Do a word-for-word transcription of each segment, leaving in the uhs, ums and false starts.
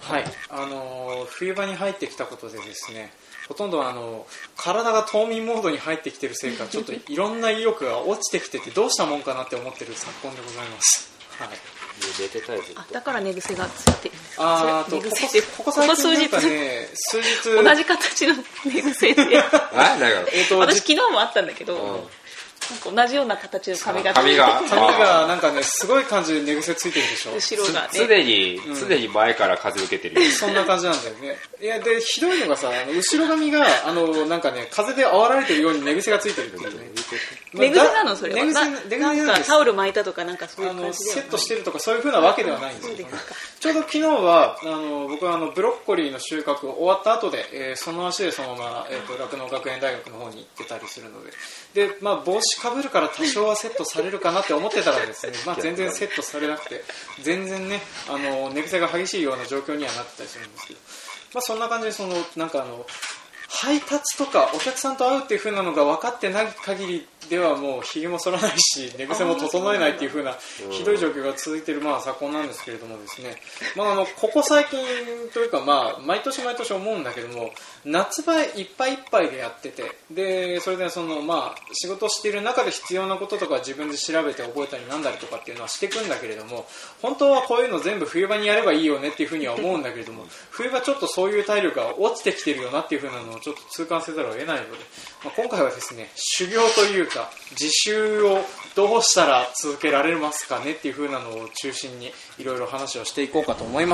はい、あのー、冬場に入ってきたことでですね、ほとんどあの体が冬眠モードに入ってきてるせいかちょっといろんな意欲が落ちてきててどうしたもんかなって思ってる昨今でございます。はい、 寝てたいあだから寝癖がついてる。 あーとここ、ここ最近なんかね数日同じ形の寝癖であなんか、 えー、と私昨日もあったんだけど、うんなんか同じような形の髪が髪が髪がなんかねすごい感じで寝癖ついてるでしょ。 後ろがね常に常に前から風受けてるよ、 うん、そんな感じなんだよね。いやでひどいのがさあの後ろ髪があのなんかね風で煽られてるように寝癖がついてるっていうね。 寝癖なのそれは。 寝癖寝癖なんかタオル巻いたとかなんかそういうあの感じでセットしてるとかそういう風なわけではないんですよ。ちょうど昨日はあの僕はあのブロッコリーの収穫終わった後で、えー、その足でそのまま酪農、えー、学園大学の方に行ってたりするので、でまあ帽子かぶるから多少はセットされるかなって思ってたらですね、まあ、全然セットされなくて全然ねあの寝癖が激しいような状況にはなってたりするんですけど、まあ、そんな感じでそのなんかあの配達とかお客さんと会うっていう風なのが分かってない限りではもうひげも剃らないし寝癖も整えないっていう風なひどい状況が続いているまあ昨今なんですけれどもですね、まあ、あのここ最近というかまあ毎年毎年思うんだけども夏場いっぱいいっぱいでやっててでそれでそのまあ仕事している中で必要なこととか自分で調べて覚えたりなんだりとかっていうのはしていくんだけれども本当はこういうの全部冬場にやればいいよねっていう風には思うんだけれども冬場ちょっとそういう体力が落ちてきてるよなっていう風なのをちょっと痛感せざるを得ないので、まあ、今回はですね修行というか自習をどうしたら続けられますかねっていう風なのを中心にいろいろ話をしていこうかと思います。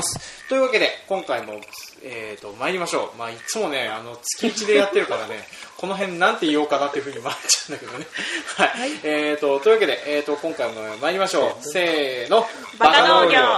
というわけで今回も、えー、と参りましょう。まあ、いつもねあの月一でやってるからねこの辺なんて言おうかなっていう風に回っちゃうんだけどねはい、はいえー、とというわけで、えー、と今回も参りましょう。せーのバカ農業。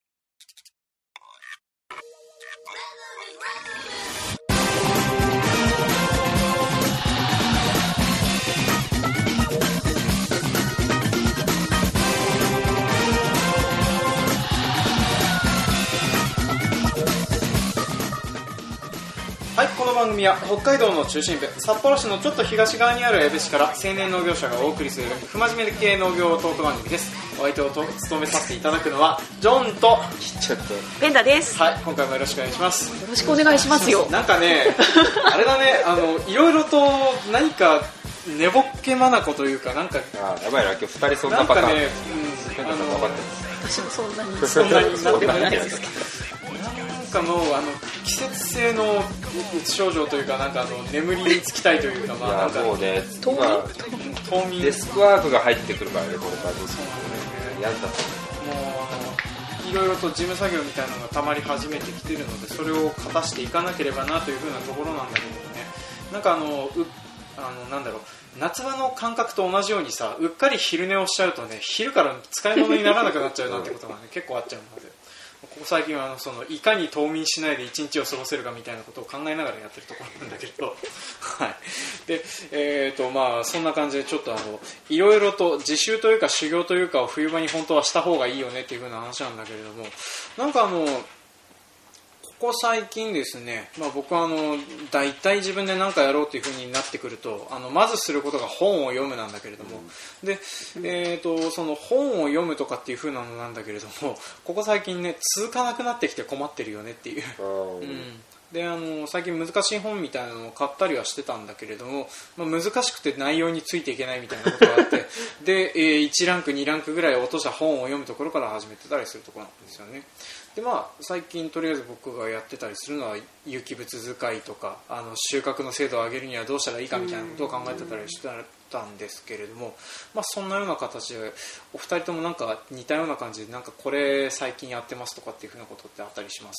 はい、この番組は北海道の中心部札幌市のちょっと東側にある江部市から青年農業者がお送りする不真面目系農業トーク番組です。お相手をと務めさせていただくのはジョンとちょっとペンダです。 はい、今回もよろしくお願いします。 よろしくお願いしますよ。 なんかねあれだねあのいろいろと何か寝ぼっけまなこというかなんかあやばいな今日ふたりそんなパターンなんかね、 うん、あの私もそんなにそんなになんでもないですけどなんかのあの季節性のうつ症状というかなんかあの眠りにつきたいというかまあなんかもうね冬眠冬眠デスクワークが入ってくるからねこの感じそうなんだよね。 やんだともうあのいろいろと事務作業みたいなのがたまり始めてきてるのでそれを果たしていかなければなというふうなところなんだけどねなんかあのうあのなんだろう夏場の感覚と同じようにさうっかり昼寝をしちゃうとね昼から使い物にならなくなっちゃうなんてことがね結構あっちゃうのでここ最近はあのそのいかに冬眠しないで一日を過ごせるかみたいなことを考えながらやってるところなんだけどはいでえーとまあそんな感じでちょっとあのいろいろと自習というか修行というかを冬場に本当はした方がいいよねっていう風な話なんだけれどもなんかあのここ最近ですね、まあ、僕はあの大体自分で何かやろうという風になってくるとあのまずすることが本を読むなんだけれども、うん、で、えー、とその本を読むとかっていう風なのなんだけれどもここ最近ね続かなくなってきて困ってるよねっていう、うん、であの最近難しい本みたいなのを買ったりはしてたんだけれども、まあ、難しくて内容についていけないみたいなことがあってで、えー、いちランクにランクぐらい落とした本を読むところから始めてたりするところなんですよね。でまあ、最近とりあえず僕がやってたりするのは有機物使いとかあの収穫の精度を上げるにはどうしたらいいかみたいなことを考えてたりしてたんですけれども、まあ、そんなような形でお二人ともなんか似たような感じでなんかこれ最近やってますとかっていうふうなことってあったりします？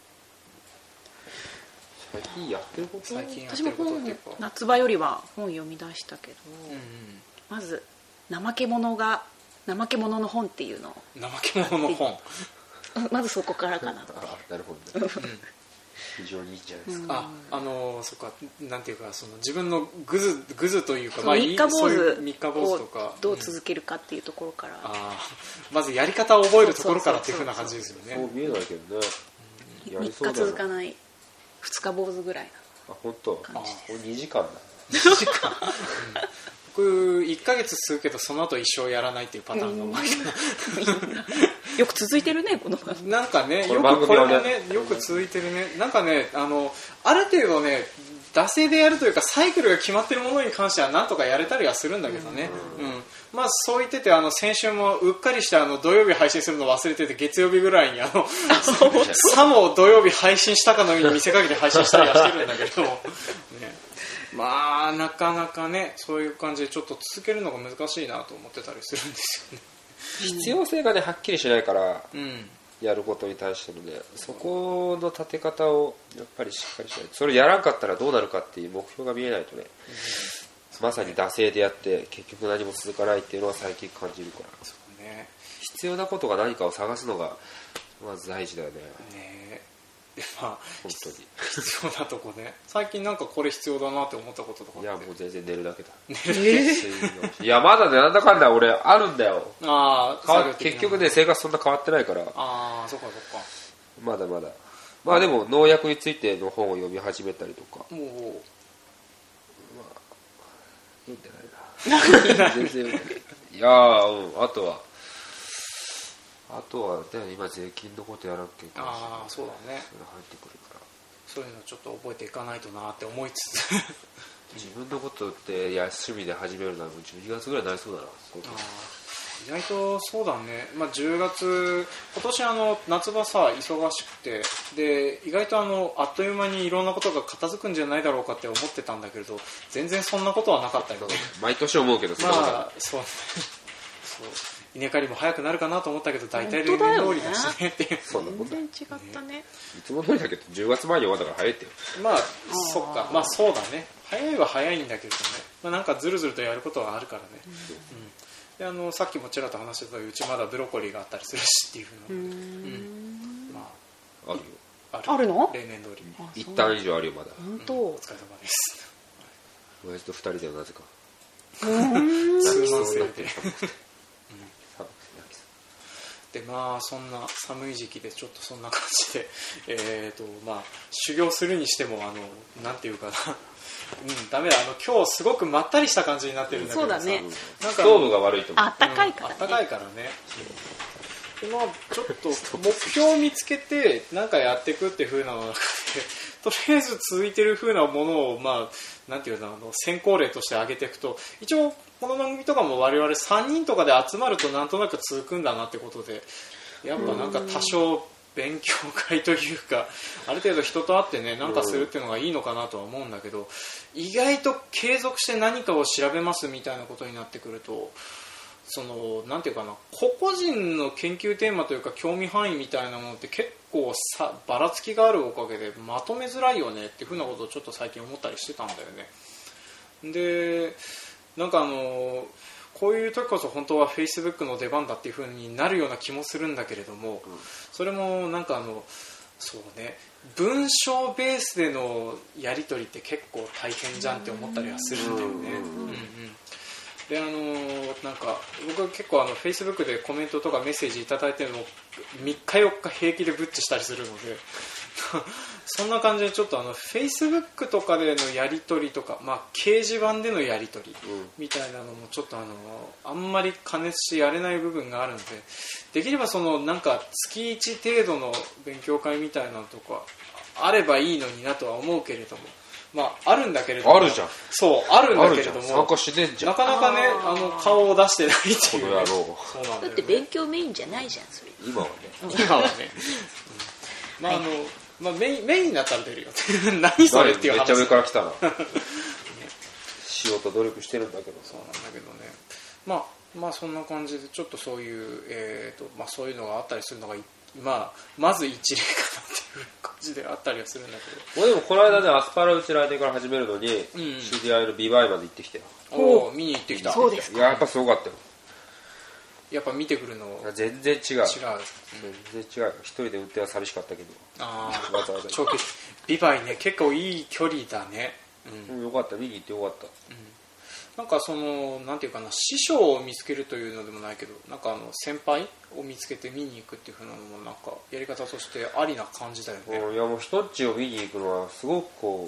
最近やってること最近やってることっていうか私も夏場よりは本読み出したけど、 うんうん、 まず怠け者が怠け者の本っていうのを怠け者の本まずそこからかなと。 あなるほど、ね、非常にいいじゃないですか。 あ、あのー、そっかなんていうかその自分のグズグズというかまあ三日坊主三日坊主とかどう続けるかっていうところから、うん、 あまずやり方を覚えるところからっていう風な感じですよね。 そう見えないけどね。 みっか続かないふつか坊主ぐらいな感じです。あ本当。にじかんだ。 にじかん、うん僕いっかげつ続くけどその後一生やらないっていうパターンの、うん、 よよく続いてるねこのなんかねこよくこの番組はねれもねよく続いてるね。なんかねあのある程度ね惰性でやるというかサイクルが決まってるものに関してはなんとかやれたりはするんだけどね、うんうん、まあそう言っててあの先週もうっかりしてあの土曜日配信するの忘れてて月曜日ぐらいにあのさも土曜日配信したかのように見せかけて配信したりはしてるんだけど、ね、まあなかなかねそういう感じでちょっと続けるのが難しいなと思ってたりするんですよね。 必要性がねはっきりしないからうんやることに対してのねそこの立て方をやっぱりしっかりしないとそれやらんかったらどうなるかっていう目標が見えないとね、うん、まさに惰性でやって結局何も続かないっていうのは最近感じるからそうね必要なことが何かを探すのがまず大事だよね。 ねでまあ本当に必要なとこね最近なんかこれ必要だなって思ったこととかっていやもう全然寝るだけだ寝るだけいやまだねなんだかんだ俺あるんだよあ変わ結局ね生活そんな変わってないからああそっかそっかまだまだまあでも農薬についての本を読み始めたりとかもう読んでないな全然読んでないいやー、うん、あとはあとは、ね、今税金のことやらんけどああそうだねそれ入ってくるからそういうのちょっと覚えていかないとなって思いつつ自分のことって趣味で始めるのはじゅうにがつぐらいになりそうだなそうあ意外とそうだね、まあ、じゅうがつ今年あの夏場さ忙しくてで意外とあのあっという間にいろんなことが片付くんじゃないだろうかって思ってたんだけれど全然そんなことはなかったけど毎年思うけどまあそうそう稲刈りも早くなるかなと思ったけど大体例年通りだしねっていうそんなこと全然違ったねいつも通りだけどじゅうがつまえに終わったから早いってよまあそっかまあそうだね早いは早いんだけどね、まあ、なんかずるずるとやることはあるからね、うんうん、であのさっきもちらっと話してたうちまだブロッコリーがあったりするしっていうふうなうん、まあ、あるよあるあるの例年通り一旦以上あるよまだ本当、 うん、お疲れ様です親父と二人ではなぜかうん数万制ででまあそんな寒い時期でちょっとそんな感じでえーとまあ修行するにしてもあのなんていうかなうんダメだあの今日すごくまったりした感じになってるんだけどさそうだねなんかストーブが悪いと思うあったかいからね、 うん、あったかいからねでまあちょっと目標を見つけてなんかやっていくっていう風なの中でとりあえず続いてる風なものをまあなんていうのあの先行例として挙げていくと一応この番組とかも我々さんにんとかで集まるとなんとなく続くんだなってことでやっぱなんか多少勉強会というかある程度人と会ってねなんかするっていうのがいいのかなとは思うんだけど意外と継続して何かを調べますみたいなことになってくるとそのなんていうかな個々人の研究テーマというか興味範囲みたいなものって結構さばらつきがあるおかげでまとめづらいよねっていうふうなことをちょっと最近思ったりしてたんだよね。でなんかあのこういう時こそ本当は Facebook の出番だっていう風になるような気もするんだけれども、うん、それもなんかあのそうね文章ベースでのやり取りって結構大変じゃんって思ったりはするんだよね。うんうんうんであのなんか僕は結構あの Facebook でコメントとかメッセージいただいてるのをみっかよっか平気でブッチしたりするのでそんな感じでちょっとあの Facebook とかでのやり取りとか、まあ、掲示板でのやり取りみたいなのもちょっとあのあんまり加熱しやれない部分があるのでできればそのなんか月いち程度の勉強会みたいなのとかあればいいのになとは思うけれどもまあ、あるんだけれどもあるじゃんそうあるんだけれども参加してんじゃんなかなかねあの顔を出してないっていう、ね、 そうなんだよね、だって勉強メインじゃないじゃんそれ今はね今はね、うん、まああの、はいまあ、メインメインになったら出るよ何それっていう話めっちゃ上から来たな、ね、しようと努力してるんだけどそうなんだけどねまあまあそんな感じでちょっとそういう、えーとまあ、そういうのがあったりするのがまあ、まず一例かなっていう感じであったりはするんだけど俺でもこの間ねアスパラうち来年から始めるのに、うん、知り合いのビバイまで行ってきたよおお見に行ってきたそうですかいややっぱすごかったよやっぱ見てくるの全然違う違う、 うん、 全然違う一人で運転は寂しかったけどああわざわざビバイね結構いい距離だね、 うんうん、よかった見に行ってよかった、うんなんかそのなんていうかな師匠を見つけるというのでもないけどなんかあの先輩を見つけて見に行くっていう風なのもなんかやり方としてありな感じだよね。 いやもう人っちを見に行くのはすごくこう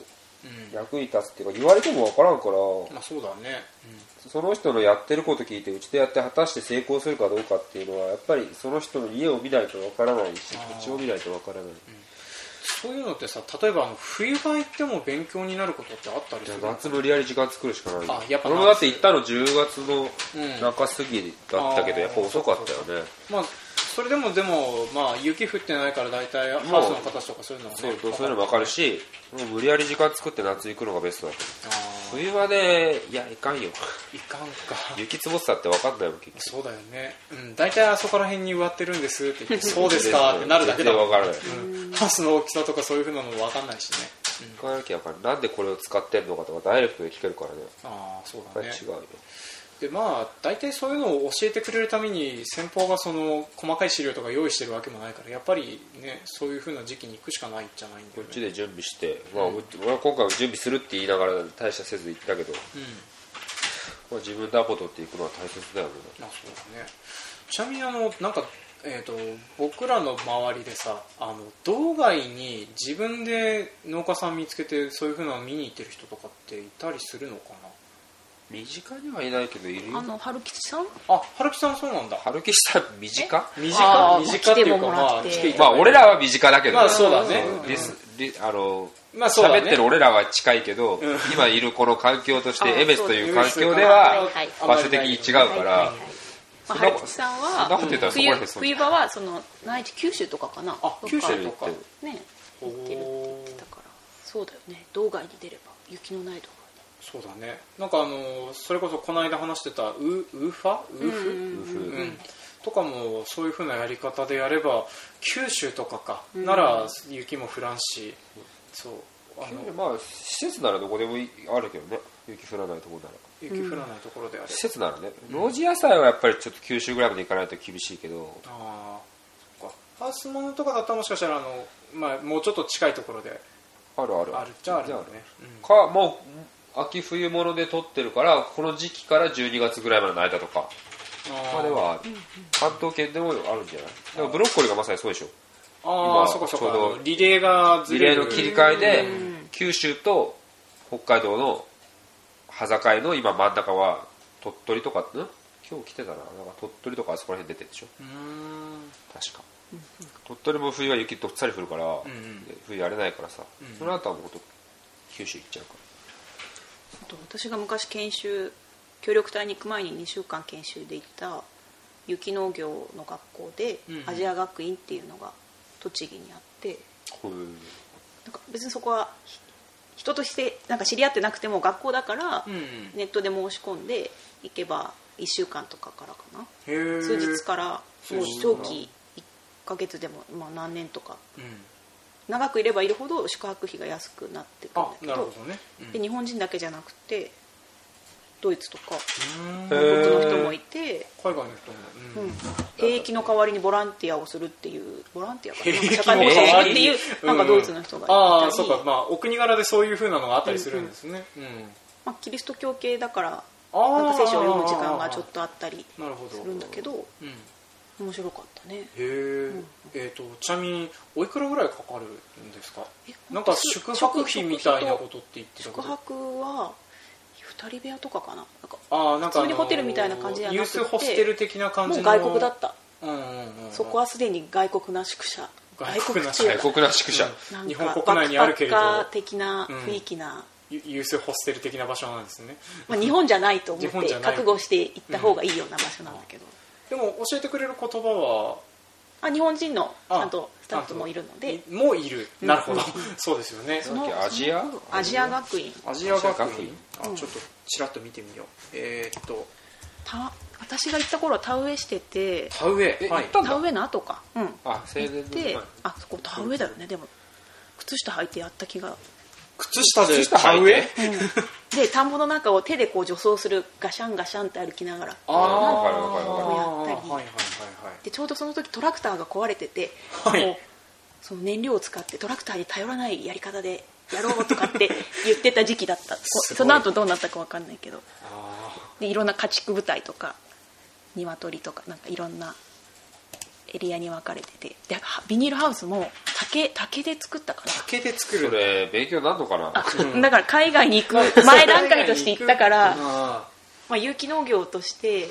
うん、 役に立つっていうか言われても分からんから、 まあそうだね、 うん、その人のやってること聞いてうちでやって果たして成功するかどうかっていうのはやっぱりその人の家を見ないと分からないし土地を見ないと分からない、うん、 そういうのってさ、例えばあの冬場行っても勉強になることってあったりするの？ 夏無理やり時間作るしかない。 あ、やっぱ俺もだって行ったのじゅうがつの中過ぎだったけど、うん、やっぱ遅かったよね。 まあそれでもでもまあ雪降ってないから大体ハウスの形とかそういうのはね、 そうそういうのも分かるし、もう無理やり時間作って夏行くのがベストだと。冬はね、いやいかんよ。 いかんか。 雪積もってたって分かんないもん結局。 そうだよね。うん、大体あそこら辺に植わってるんですって言ってそうですかってなるだけだもん。 全然分からない。 うん、ハウスの大きさとかそういう風なのも分かんないしね。 うん、分かなきゃ分かんない。なんでこれを使ってんのかとかダイレクトで聞けるからね。 ああ、そうだね。 違うよ。 でまあ、大体そういうのを教えてくれるために先方がその細かい資料とか用意してるわけもないからやっぱりねそういう風な時期に行くしかないんじゃないんだよね。 こっちで準備して、まあ、俺は今回は準備するって言いながら大したせず行ったけど、うん、まあ、自分でアポ取っていくのは大切だよね。 あ、そうだね。ちなみにあのなんか、えーと、僕らの周りでさあの道外に自分で農家さん見つけてそういう風なの見に行ってる人とかっていたりするのかな？ 身近にはいないけどいるよ。 あの春吉さん？ あ、春吉さんそうなんだ。 春吉さん身近？ 身近身近っていうかまあ来てまあ俺らは身近だけど、 まあそうだね。 リスリあのまあそうだね。 喋ってる俺らは近いけど、うん、今いるこの環境としてエベスという環境では場所的に違うから。 まあ、春吉さんは冬、冬場はその内地九州とかかな。 あ、九州とかね行ってるって言ってたから。そうだよね。道外に出れば雪のないところ。 そうだね。なんかあのそれこそこの間話してたウウーファウーフ、うんうん、とかもそういう風なやり方でやれば九州とかか、うん、なら雪も降らんし、そうあのまあ施設ならどこでもあるけどね、雪降らないところなら雪降らないところであれば、 施設ならね、農事野菜はやっぱりちょっと九州ぐらいまで行かないと厳しいけど、 ああそっか。ハウスモノとかだったらもしかしたらあの、まあ、もうちょっと近いところであるあるあるっちゃあるよね、 うん、かもう秋冬物で取ってるからこの時期からじゅうにがつぐらいまでの間とかまではある。関東圏でもあるんじゃない？でもブロッコリーがまさにそうでしょ。 ああ、そうかそうか。リレーがずれる。 リレーの切り替えで九州と北海道の端境の今真ん中は鳥取とかん今日来てたな、なんか鳥取とかあそこら辺出てるでしょ。うーん、確か、うんうん、鳥取も冬は雪どっさり降るから、うんうん、冬やれないからさ、うんうん、その後はもう九州行っちゃうから。 私が昔研修協力隊に行く前ににしゅうかん研修で行った雪農業の学校で、うんうん、アジア学院っていうのが栃木にあって、うん、なんか別にそこは人としてなんか知り合ってなくても学校だからネットで申し込んで行けばいっしゅうかんとかからかな、数日からもう長期いっかげつでも、まあ、何年とか、うん、長くいればいるほど宿泊費が安くなってくるんだけど、 なるほどね、うん、 で日本人だけじゃなくてドイツとか韓国の人もいて、 海外の人も、 うんうん、兵役の代わりにボランティアをするっていうボランティアかな、なんか社会保障をするっていうなんかドイツの人がいたり、うん、 ああそうか、まあお国柄でそういう風なのがあったりするんですね、うんうん、 まあ、キリスト教系だからなんか聖書を読む時間がちょっとあったりするんだけど、うん、面白かったね。へえ、 うん、えーと、ちなみにおいくらぐらいかかるんですか？なんか宿泊費みたいなことって言ってたけど、 宿泊はふたり部屋とかかな、なんかあなんか普通にホテルみたいな感じじゃなくてユースホステル的な感じのもう外国だった、 うんうんうんうん、 そこはすでに外国な宿舎、 外国な宿舎、宿舎、 うん、日本国内にあるけれどバックパッカー的な雰囲気な、 うん、ユースホステル的な場所なんですね、 まあ、日本じゃないと思って覚悟して行った方がいいような場所なんだけど、 うん、でも教えてくれる言葉はあ日本人のちゃんとスタッフもいるのでもういる、なるほど、うん、そうですよね。 そのアジアアジア学院アジア学院あ、うん、ちょっとちらっと見てみよう。えー、っとた私が行った頃は田植えしてて、 田植え、はい、 田植えの後か、うん、 あ青年で、あそこ田植えだよね、でも靴下履いてやった気が。 靴下で田植え、 うん、で田んぼの中を手でこう除草するガシャンガシャンって歩きながらあもやったり、 はいはいはいはい、 でちょうどその時トラクターが壊れてて、 はい、 もうその燃料を使ってトラクターに頼らないやり方でやろうとかって言ってた時期だったその後どうなったか分かんないけど、でいろんな家畜部隊とか鶏とかなんかいろんなエリアに分かれてて、でビニールハウスも竹竹で作ったかな。 竹で作るそれ勉強なんのかな。 うん、だから海外に行く前段階として行ったからあまあ、有機農業として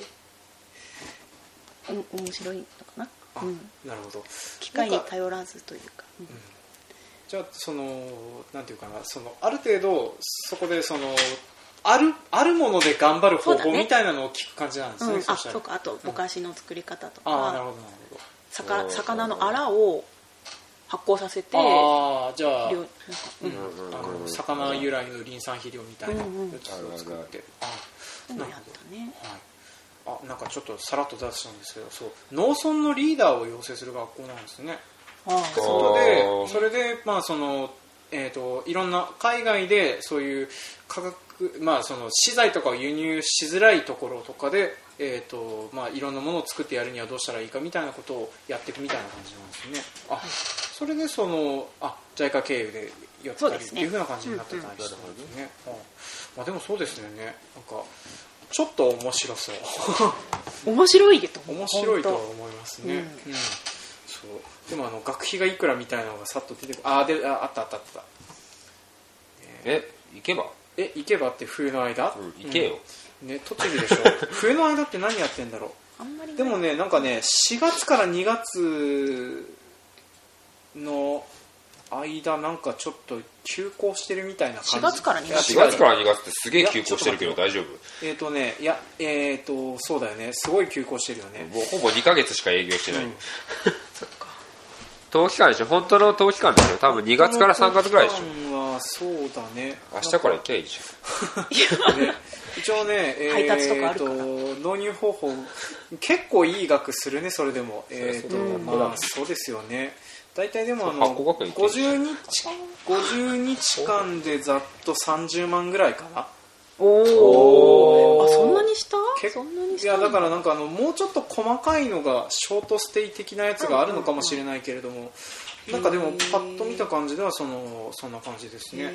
お面白いのかな、 あ、 うん、 なるほど。 機械になんか頼らずというか、うんじゃあそのなんていうかな、そのある程度そこでそのあるあるもので頑張る方そうだね法みたいなのを聞く感じなんですね。 うん、あしたらそうか、あとぼかしの作り方とか、 ああ、なるほどなるほど。 魚魚のアラを発酵させてああ、じゃあ、 量なんか、うんうん、あの魚由来のリン酸肥料みたいなやつを作って、 うんあそういうのやったね。 はい、あ、なんかちょっとさらっと出したんですけど、そう農村のリーダーを養成する学校なんですね。 ああそそうれであーそれでまあそのえー、といろんな海外でそういう価格、まあ、その資材とかを輸入しづらいところとかで、えーとまあ、いろんなものを作ってやるにはどうしたらいいかみたいなことをやっていくみたいな感じなんですね。あ、それでそのあジャイカ経由でやったりっていう風な感じになってたりしたんですね。あ、まあ、でもそうですよね、なんかちょっと面白そう面白いよと思う。 面白いとは本思いますね、 うんうん、そうでもあの学費がいくらみたいなのがさっと出てくる。あでああったあったあった、 え行けば。 え行けばって冬の間、 うん行けよ、 うんね、栃木でしょ冬の間って何やってんだろ当あんまりう。でもね、なんかねしがつからにがつの間なんかちょっと休校してるみたいな感じ。 しがつからにがつしがつからにがつってすげえ休校してるけどいや大丈夫。 えっ、ー、とねいやえっ、ー、とそうだよね、すごい休校してるよね。 もうほぼにかげつしか営業してない、 うんそっか。 冬季間でしょ。本当の冬季間ですよ。多分にがつからさんがつぐらいでしょ。 はそうだね。 明日から行きゃいいでしょ。 ね、一応ね、えー、 配達とかあるからと納入方法結構いい額するね、それでも。えーとそうまあ、そうですよね。大体でもあの発酵学園行ってるごじゅうにちごじゅうにちかんでざっとさんじゅうまんぐらいかな。 おお、あ、そんなにした？ 結そんなにした。 いやだからなんかあのもうちょっと細かいのがショートステイ的なやつがあるのかもしれないけれども、なんかでもパッと見た感じではそのそんな感じですね。 へー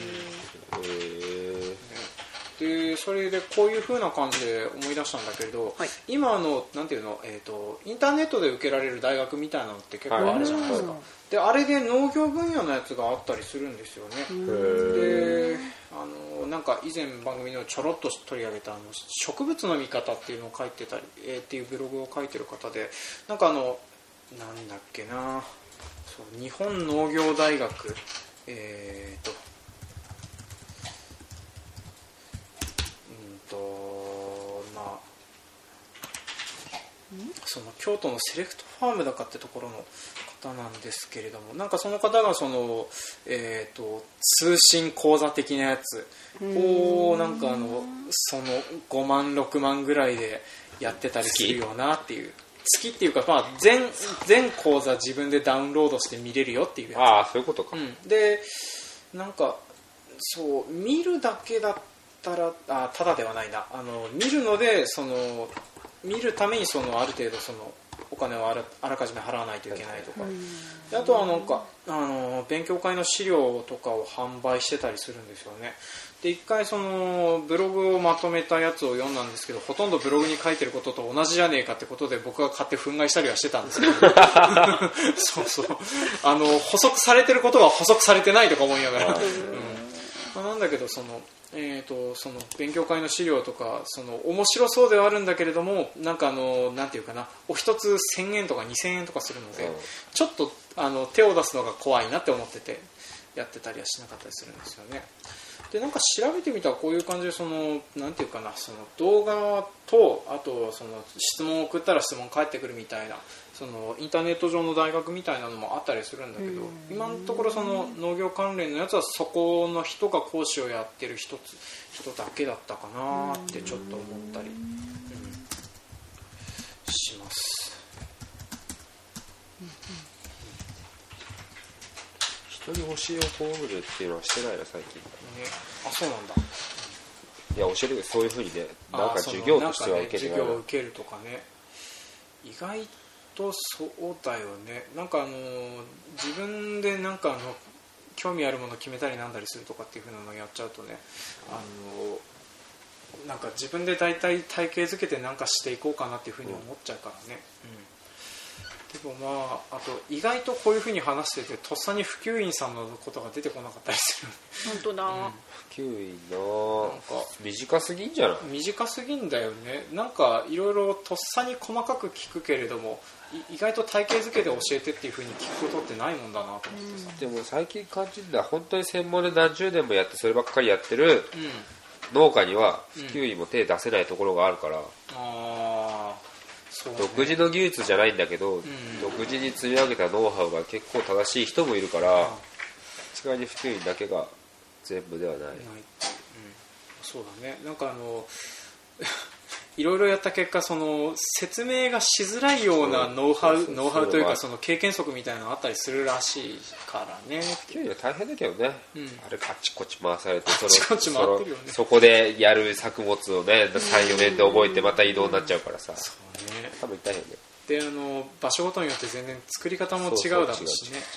へでそれでこういう風な感じで思い出したんだけれど、 はい今あのなんていうの、えーとインターネットで受けられる大学みたいなのって結構あるじゃないですか、 はいであれで農業分野のやつがあったりするんですよね。 ーであのなんか以前番組でちょろっと取り上げたあの植物の見方っていうのを書いてたり、えーっていうブログを書いてる方で、なんかあのなんだっけな、そう日本農業大学えーとうんとまあその京都のセレクトファームだかってところの方なんですけれども、なんかその方がその、えー、と通信講座的なやつをなんかあのそのごまんろくまんぐらいでやってたりするよなっていう、月っていうか、まあ、全全講座自分でダウンロードして見れるよっていうやつ。 ああそういうことか、 うん、でなんかそう見るだけだったらあただではないな、あの見るのでその見るためにそのある程度そのお金をあらあらかじめ払わないといけないとか、であとはなんかあの勉強会の資料とかを販売してたりするんですよね。で一回そのブログをまとめたやつを読んだんですけど、ほとんどブログに書いてることと同じじゃねえかってことで僕が買って憤慨したりはしてたんですけどそうそう、あの補足されてることが補足されてないとか思いながら、うんまあ、なんだけどそのえー、とその勉強会の資料とかその面白そうではあるんだけれども、なんかあのなんていうかな、お一つせんえんとかにせんえんとかするので、 うんちょっとあの手を出すのが怖いなって思っててやってたりはしなかったりするんですよね。でなんか調べてみたらこういう感じでそのなんていうかな、その動画とあとその質問を送ったら質問返ってくるみたいな、そのインターネット上の大学みたいなのもあったりするんだけど、今のところその農業関連のやつはそこの人が講師をやってる人人だけだったかなってちょっと思ったり、うん、します。 人に教えを請うるっていうのはしてないな最近、 ね、あそうなんだ。 いや教えるけどそういうふうにね、なんかあ授業としてはそのなんかね受けてない授業を受けるとかね、意外とそうだよね。なんかあの自分でなんかあの興味あるものを決めたりなんだりするとかっていう風なのをやっちゃうとね、あのなんか自分で大体体系づけてなんかしていこうかなっていう風に思っちゃうからね、 でもまああと意外とこういうふうに話しててとっさに普及員さんのことが出てこなかったりする。 本当だ、うん、 普及員な、なんか短すぎんじゃない？ 短すぎんだよね。なんかいろいろとっさに細かく聞くけれども意外と体系づけで教えてっていう風に聞くことってないもんだなと思ってさ、 うん、でも最近感じるのは本当に専門で何十年もやってそればっかりやってる農家には普及員も手出せないところがあるから、うん、あそうね、独自の技術じゃないんだけど、うん、独自に積み上げたノウハウが結構正しい人もいるから、うん、一概に普及員だけが全部ではない、ない、うん、 そうだね。なんかあのいろいろやった結果その説明がしづらいようなノウハウ、ノウハウというかその経験則みたいなのがあったりするらしいからね。 普及員は大変だけどね、うん、あれあっちこっち回されてそあっちこっち回ってるよね。 そこでやる作物をね さんよねんで覚えてまた移動になっちゃうからさ、そうね、多分大変ね。 であの場所ごとによって全然作り方も違うだろうしね。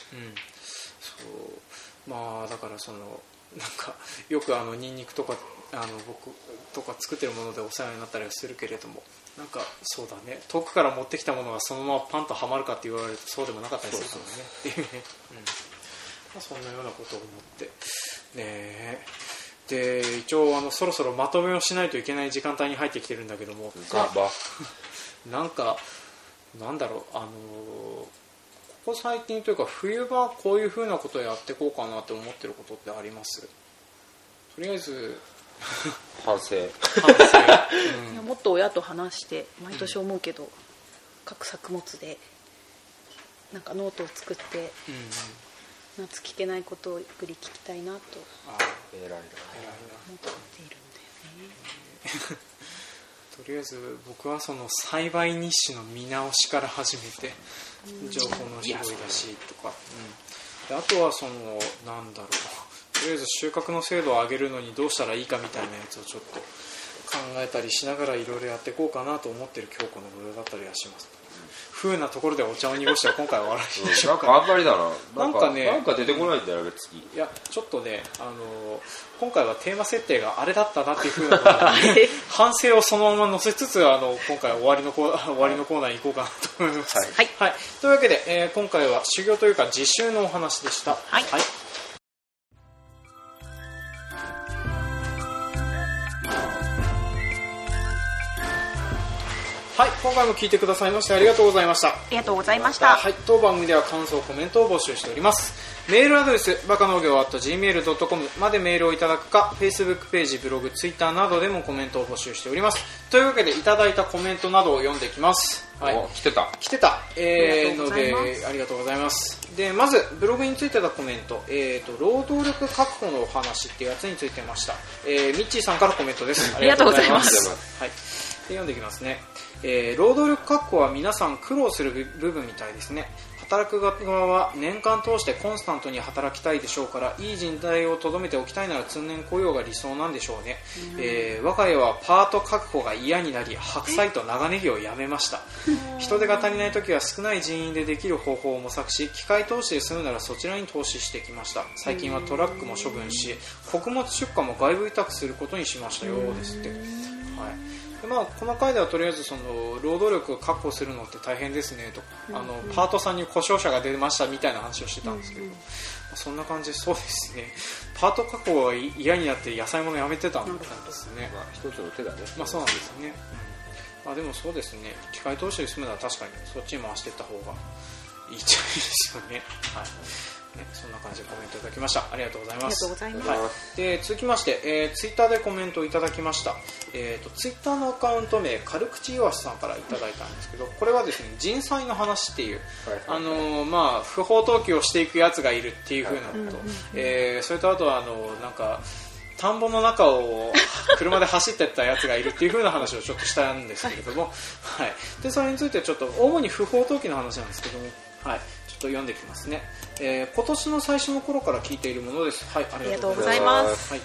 そうまあだからそのなんかよくあのニンニクとかあの僕とか作ってるものでお世話になったりはするけれども、なんかそうだね、遠くから持ってきたものがそのままパンとはまるかって言われるとそうでもなかったりするからねっていうね、うんまあ、そんなようなことを思ってね。で一応あのそろそろまとめをしないといけない時間帯に入ってきてるんだけども、なんかなんだろう、あのー、ここ最近というか冬場こういうふうなことをやっていこうかなって思ってることってあります？とりあえず反省、 反省、うん、いやもっと親と話して毎年思うけど、うん、各作物でなんかノートを作って、うんうん、夏聞けないことをゆっくり聞きたいなと偉いな思っているんだよね。 とりあえず僕はその栽培日誌の見直しから始めて、情報の拾い出しとか、うん、であとはそのなんだろう、とりあえず収穫の精度を上げるのにどうしたらいいかみたいなやつをちょっと考えたりしながらいろいろやっていこうかなと思っている今日この頃だったりはします。風なところでお茶を濁しては今回は終わらないでしょうか、 うん、なんかあんまりだな、 なんかね、 なんか出てこないんだよね次。 いやちょっとね、あのー、今回はテーマ設定があれだったなっていう風な反省をそのまま載せつつ、あの今回終わりのコーナー、終わりのコーナーに行こうかなと思います、 はいはい、 というわけで、えー、今回は修行というか実習のお話でした。 はい、はいはい、今回も聞いてくださいましてありがとうございました。ありがとうございました。 はい、当番組では感想コメントを募集しております。メールアドレスバカ農業 アットジーメールドットコム までメールをいただくか Facebook ページ、ブログ、Twitter などでもコメントを募集しております。というわけでいただいたコメントなどを読んでいきます。 はい、来てた来てた、えー、のでありがとうございます。でまずブログについてたコメント、えーと、労働力確保のお話っていうやつについてました。えー、ミッチーさんからコメントです。 ありがとうございます。 はい、で読んでいきますね。えー、労働力確保は皆さん苦労する部分みたいですね。働く側は年間通してコンスタントに働きたいでしょうから、いい人材をとどめておきたいなら通年雇用が理想なんでしょうね。えー、我が家はパート確保が嫌になり白菜と長ネギをやめました。人手が足りないときは少ない人員でできる方法を模索し、機械投資で済むならそちらに投資してきました。最近はトラックも処分し、穀物出荷も外部委託することにしましたようですって。はい。でまあ、この回ではとりあえずその労働力を確保するのって大変ですねと、うん、あのパートさんに故障者が出ましたみたいな話をしてたんですけど、うんうん、そんな感じでそうですね、パート確保が嫌になって野菜ものやめてたんですね。 まあ、一つの手だね。 まあ、そうなんですよね、うんまあ、でもそうですね、機械投資で済むなら確かにそっちに回していった方がいいっちゃいいですよね。はいね、そんな感じでコメントいただきました。ありがとうございます。 ありがとうございます。 はい、で続きまして、えー、ツイッターでコメントをいただきました。えーと、ツイッターのアカウント名軽口いわしさんからいただいたんですけど、これはですね、人災の話っていう、はいはいはい、あのー、まあ不法投棄をしていくやつがいるっていう風なこと、はいえー、それとあとはあのなんか田んぼの中を車で走っていったやつがいるっていう風な話をちょっとしたんですけれども、はい、でそれについてちょっと主に不法投棄の話なんですけども、はい、ちょっと読んできますね。えー、今年の最初の頃から聞いているものです。はい、ありがとうございます。はい、不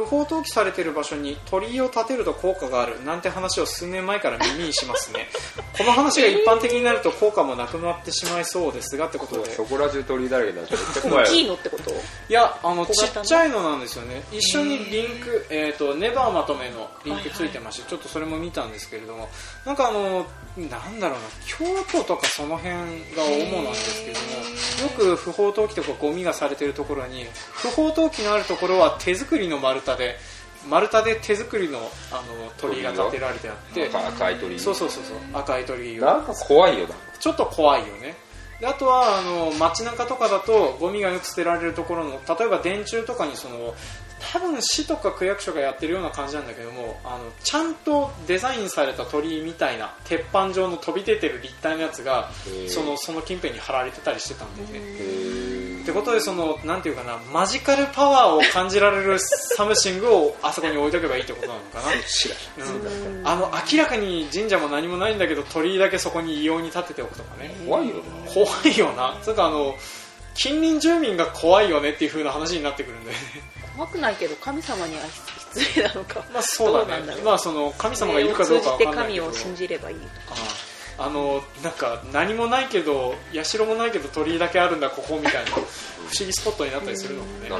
不法投棄されている場所に鳥居を建てると効果があるなんて話を数年前から耳にしますねこの話が一般的になると効果もなくなってしまいそうですがってことで、 そこら中鳥居だらけになってめっちゃ怖い大きいのってこと？ いやあのち小型のっちゃいのなんですよね。一緒にリンク、えー、とネバーまとめのリンクついてまして、はいはい、ちょっとそれも見たんですけれども、なんかあのなんだろうな、京都とかその辺が主なんですけども、よく不法投棄とかゴミがされているところに不法投棄のあるところは手作りの丸太で丸太で手作りのあの鳥居が建てられてあって、 赤い鳥居、 そうそうそうそう赤い鳥居をなんか怖いよな、 ちょっと怖いよね。であとはあの街中とかだとゴミがよく捨てられるところの例えば電柱とかにその多分市とか区役所がやってるような感じなんだけども、あのちゃんとデザインされた鳥居みたいな鉄板状の飛び出てる立体のやつがそのその近辺に貼られてたりしてたんだよね。ってことでそのなんていうかな、マジカルパワーを感じられるサムシングをあそこに置いとけばいいってことなのかな。うん、あの明らかに神社も何もないんだけど鳥居だけそこに異様に立てておくとかね。 怖いよな。 怖いよな。つうかあの近隣住民が怖いよねっていう風な話になってくるんだよね。 怖くないけど神様には失礼なのか。 まあそうだね。まあその神様がいるかどうかわかんないけど。 神を信じればいいとか。 あのなんか何もないけど社もないけど鳥居だけあるんだここみたいな不思議スポットになったりするのもね。はい、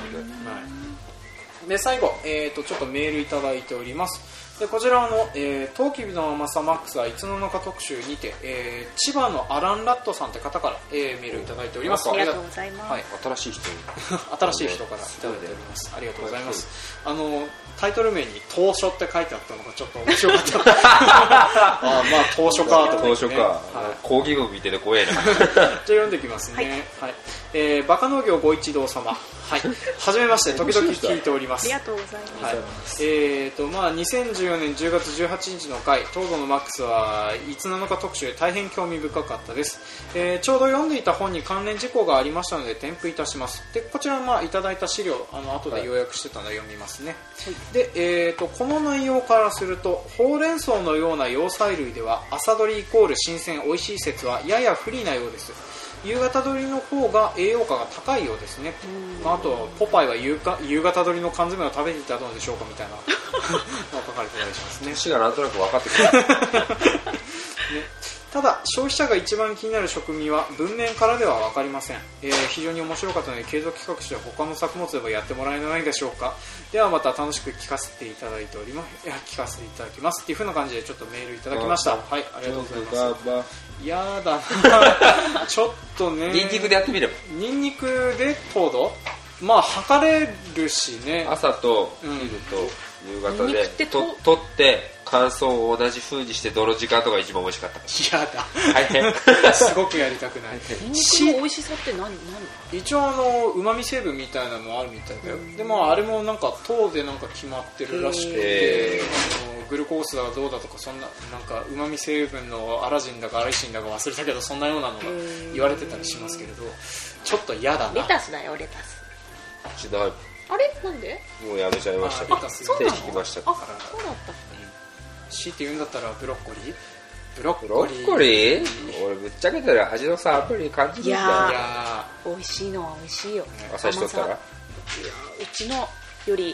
で最後、えー、とちょっとメールいただいております。でこちらの、えー、トウキビの甘さマックスはいつののか特集にて、えー、千葉のアランラットさんって方から、えー、メールいただいております。 ありがとうございます。 はい、 新しい人新しい人からいただいております。ありがとうございます。あのタイトル名に当初って書いてあったのがちょっと面白かったあまあ当初かと思って、ね、 当初か、はい、講義文見てて怖えなじゃあ読んできますね。はい、はい、えー、バカ農業ご一同様、はい、はじめまして時々聞いております。 ありがとうございます。 はい、えーとまあ、にせんじゅうよねんじゅうがつじゅうはちにちの回東堂のマックスはいつなのか特集で大変興味深かったです。えー、ちょうど読んでいた本に関連事項がありましたので添付いたします。でこちら、まあ、いただいた資料あの後で要約してたので読みますね。はい、でえー、とこの内容からするとほうれん草のような葉菜類では朝どりイコール新鮮おいしい説はやや不利なようです。夕方どりの方が栄養価が高いようですね。まあ、あとポパイは夕か夕方どりの缶詰を食べていたのでしょうかみたいなのが書かれてたりしますね。 年がなんとなく分かってくる、ね、 ただ消費者が一番気になる食味は文面からでは分かりません。えー、非常に面白かったので継続企画して他の作物でもやってもらえないでしょうか。ではまた楽しく聞かせていただいておりますいや聞かせていただきますっていう風な感じでちょっとメールいただきました。はい、ありがとうございます。やだなちょっとねニンニクでやってみれば。 ニンニクで糖度まあ測れるしね。 朝と昼と夕方で、うん、と取って乾燥を同じ風にしてどの時間とか一番美味しかった。 やだ大変すごくやりたくない。 ニンニクの美味しさって何何一応あの旨味成分みたいなのもあるみたいだよ。でもあれもなんか糖でなんか決まってるらしくて、あのグルコースだどうだとかそんななんか旨味成分のアラジンだかアリシンだか忘れたけどそんなようなのが言われてたりしますけれど、ちょっと嫌だな。 レタスだよレタス。 しないあれなんでもうやめちゃいましたけど手引きましたから。 あそうだった。 強いて言うんだったらブロッコリーブロッコリーコリー俺ぶっちゃけたら味のさアプリ感じるんだよ。いや美味しいのは美味しいよ。 朝日とったらいやうちのより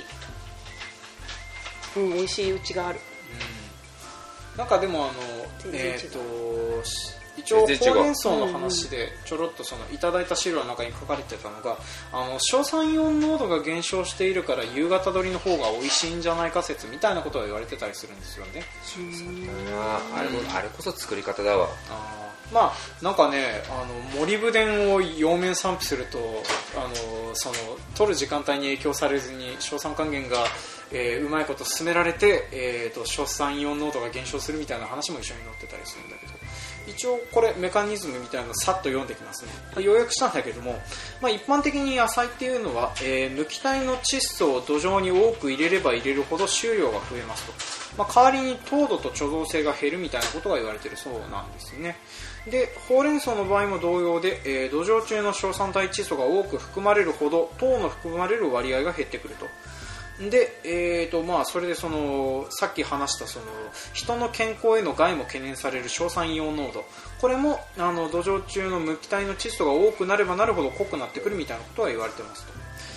うん美味しいうちがある。 うん、なんかでもあのえっ、ー、と一応ほうれん草の話でちょろっとそのいただいた資料の中に書かれてたのが、あの硝酸イオン濃度が減少しているから夕方どりの方が美味しいんじゃないか説みたいなことが言われてたりするんですよね。 あれもあれこそ作り方だわ。 あまあなんかねあのモリブデンを葉面散布するとあのその取る時間帯に影響されずに硝酸還元がえー、うまいこと進められて、えー、と硝酸イオン濃度が減少するみたいな話も一緒に載ってたりするんだけど、一応これメカニズムみたいなのをさっと読んできますね。要約したんだけども、まあ、一般的に野菜っていうのは、えー、抜き体の窒素を土壌に多く入れれば入れるほど収量が増えますと、まあ、代わりに糖度と貯蔵性が減るみたいなことが言われているそうなんですね。でほうれん草の場合も同様で、えー、土壌中の硝酸体窒素が多く含まれるほど糖の含まれる割合が減ってくると。で、えーとまあ、それでそのさっき話したその人の健康への害も懸念される硝酸イオン濃度、これもあの土壌中の無機体の窒素が多くなればなるほど濃くなってくるみたいなことは言われてますと。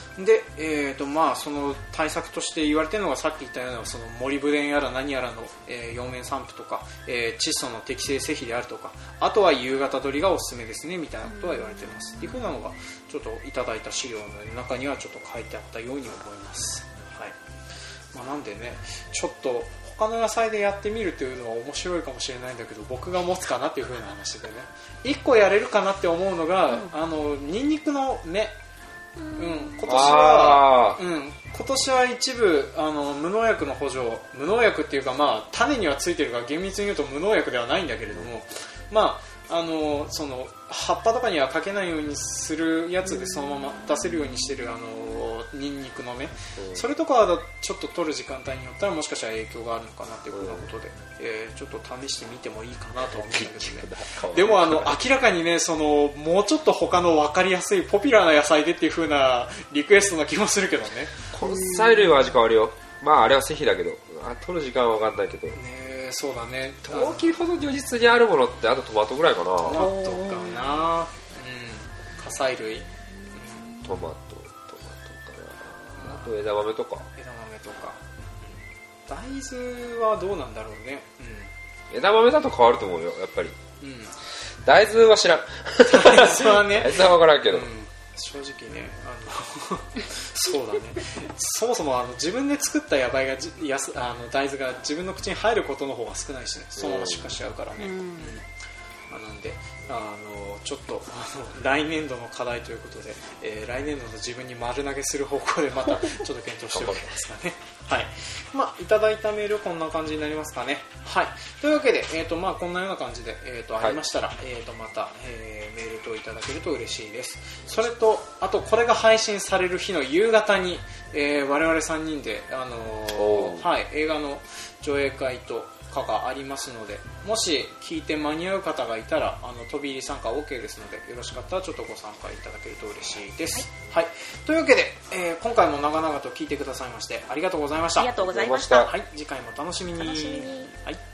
で、えーとまあ、その対策として言われているのがさっき言ったようなそのモリブデンやら何やらの、えー、葉面散布とか、えー、窒素の適正施肥であるとか、あとは夕方取りがおすすめですねみたいなことは言われていますっていう風なのがちょっといただいた資料の中にはちょっと書いてあったように思います、はいまあ、なんでねちょっと他の野菜でやってみるというのは面白いかもしれないんだけど僕が持つかなっていう風な話でねいっこやれるかなって思うのが、うん、あのニンニクの芽うん、今年は、うん、今年は一部あの無農薬の補助無農薬っていうか、まあ、種にはついてるから厳密に言うと無農薬ではないんだけれども、まあ、あのその葉っぱとかにはかけないようにするやつでそのまま出せるようにしてるあのニンニクの芽、うん、それとかはちょっと取る時間帯によったらもしかしたら影響があるのかなというふうなことで、うんえー、ちょっと試してみてもいいかなと思うんだけどねでもあの明らかにねそのもうちょっと他の分かりやすいポピュラーな野菜でっていう風なリクエストな気もするけどね根菜類は味変わるよまああれは施肥だけどあ取る時間は分かんないけどねそうだね陶器ほど如実にあるものってあとトマトぐらいかなトマトかなうん果菜類、うん、 トマトトマトかなあと枝豆とか枝豆とか大豆はどうなんだろうね、 うん、枝豆だと変わると思うよやっぱり、 うん、 大豆は知らん大豆はね大豆は分からんけど、うん、 正直ねあのそうだねそもそもあの自分で作った野菜がじやすあの大豆が自分の口に入ることの方が少ないしねそのまま出荷しちゃうからね、うんうんまあ、なんであのちょっとあの来年度の課題ということで、えー、来年度の自分に丸投げする方向でまたちょっと検討しておきますかねはいまあ、いただいたメールこんな感じになりますかねはいというわけで、えーとまあ、こんなような感じで、えー、とありましたら、はいえー、とまた、えー、メールといただけると嬉しいですそれとあとこれが配信される日の夕方に、えー、我々さんにんで、あのーはい、映画の上映会とかがありますのでもし聞いて間に合う方がいたらあの飛び入り参加 OK ですのでよろしかったらちょっとご参加いただけると嬉しいです、はいはい、というわけで、えー、今回も長々と聞いてくださいましてありがとうございましたありがとうございました、 はい、次回も楽しみに、 楽しみにはい